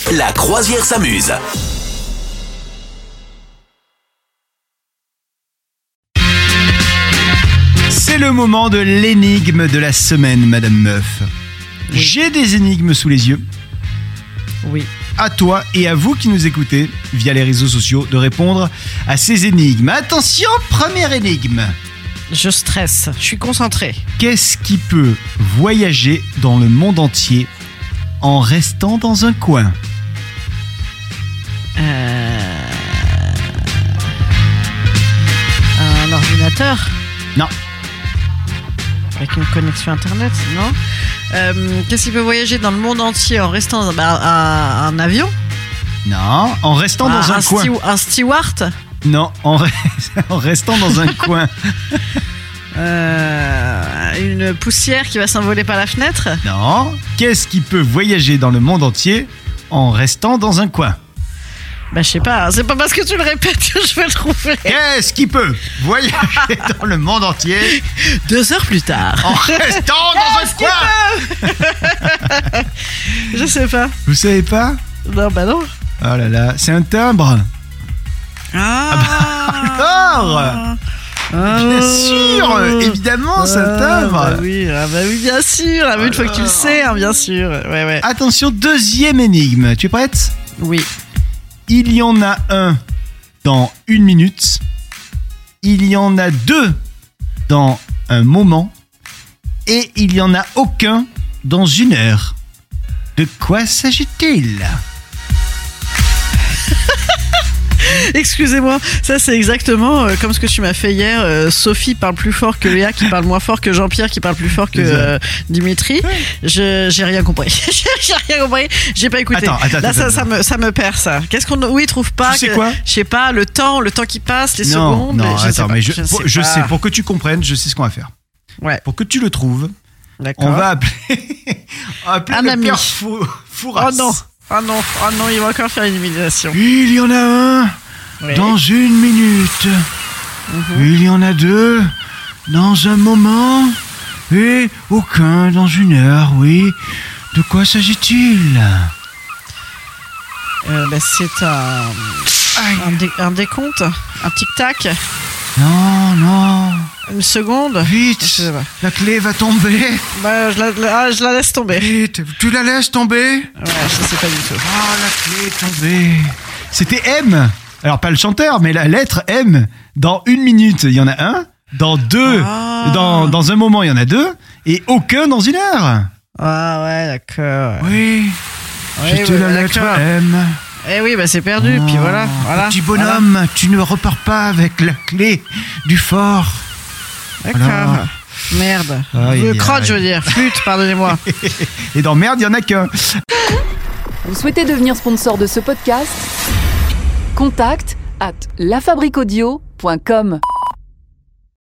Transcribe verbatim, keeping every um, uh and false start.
La croisière s'amuse. C'est le moment de l'énigme de la semaine, Madame Meuf. Oui. J'ai des énigmes sous les yeux. Oui. À toi et à vous qui nous écoutez via les réseaux sociaux de répondre à ces énigmes. Attention, première énigme. Je stresse, je suis concentrée. Qu'est-ce qui peut voyager dans le monde entier en restant dans un coin ? Euh... Un ordinateur Non. avec une connexion internet, non euh, Qu'est-ce qui peut voyager dans le monde entier en restant bah, un, un avion Non, en restant dans un, un coin. stew- Un steward Non, en, re- en restant dans un coin. euh, Une poussière qui va s'envoler par la fenêtre. Non. Qu'est-ce qui peut voyager dans le monde entier en restant dans un coin ? Bah je sais pas, c'est pas parce que tu le répètes que je vais le trouver. Qu'est-ce qui peut voyager dans le monde entier Deux heures plus tard. en restant dans un coin ? Je sais pas. Vous savez pas ? Non, bah non. Oh là là, c'est un timbre. Ah, Alors Ah, Bien sûr, évidemment, c'est un timbre. Bah oui, ah bah oui, bien sûr. Ah, mais une fois que tu le sais, hein, bien sûr. Ouais, ouais. Attention, deuxième énigme. Tu es prête ? Oui. Il y en a un dans une minute. Il y en a deux dans un moment. Et il n'y en a aucun dans une heure. De quoi s'agit-il ? Excusez-moi, ça c'est exactement euh, comme ce que tu m'as fait hier. euh, Sophie parle plus fort que Léa, qui parle moins fort que Jean-Pierre, qui parle plus fort que euh, Dimitri. Je j'ai rien compris. j'ai rien compris. J'ai pas écouté. Attends, attends, Là, attends, ça, attends. ça me ça me perd ça. Qu'est-ce qu'on oui trouve pas Tu sais que- quoi Je sais pas le temps, le temps qui passe, les Non, secondes. non, mais je sais attends, pas, mais je, je pour- sais je pas. sais, pour que tu comprennes, je sais ce qu'on va faire. Ouais. Pour que tu le trouves, D'accord. on va appeler, on va appeler Un le ami. père Fou- Fouras. Oh non, oh non, oh non, il va encore faire une imitation. Il y en a un Oui. dans une minute. Mhm. Il y en a deux dans un moment. Et aucun dans une heure, oui. De quoi s'agit-il ? Euh, bah, c'est un Aïe. un, dé- un décompte, un tic tac, Non, non. une seconde. Vite, Je sais pas. la clé va tomber. Bah, je la, la- ah, je la laisse tomber. Vite, tu la laisses tomber ? Ouais, je sais pas du tout. Ah, la clé est tombée. C'était M. Alors, pas le chanteur, mais la lettre M. Dans une minute, il y en a un. Dans deux, Ah. dans, dans un moment, il y en a deux. Et aucun dans une heure. Ah ouais, d'accord. Oui, Oui, j'étais ouais, la lettre d'accord. M. Eh oui, bah c'est perdu, puis Oh, voilà. voilà Petit bonhomme, tu ne repars pas avec la clé du fort. Voilà. D'accord. Voilà. Merde. Aïe, Euh, aïe, crotte, aïe. je veux dire. Flûte, pardonnez-moi. Et dans merde, il n'y en a qu'un. Vous souhaitez devenir sponsor de ce podcast ? Contact à la fabrique audio point com.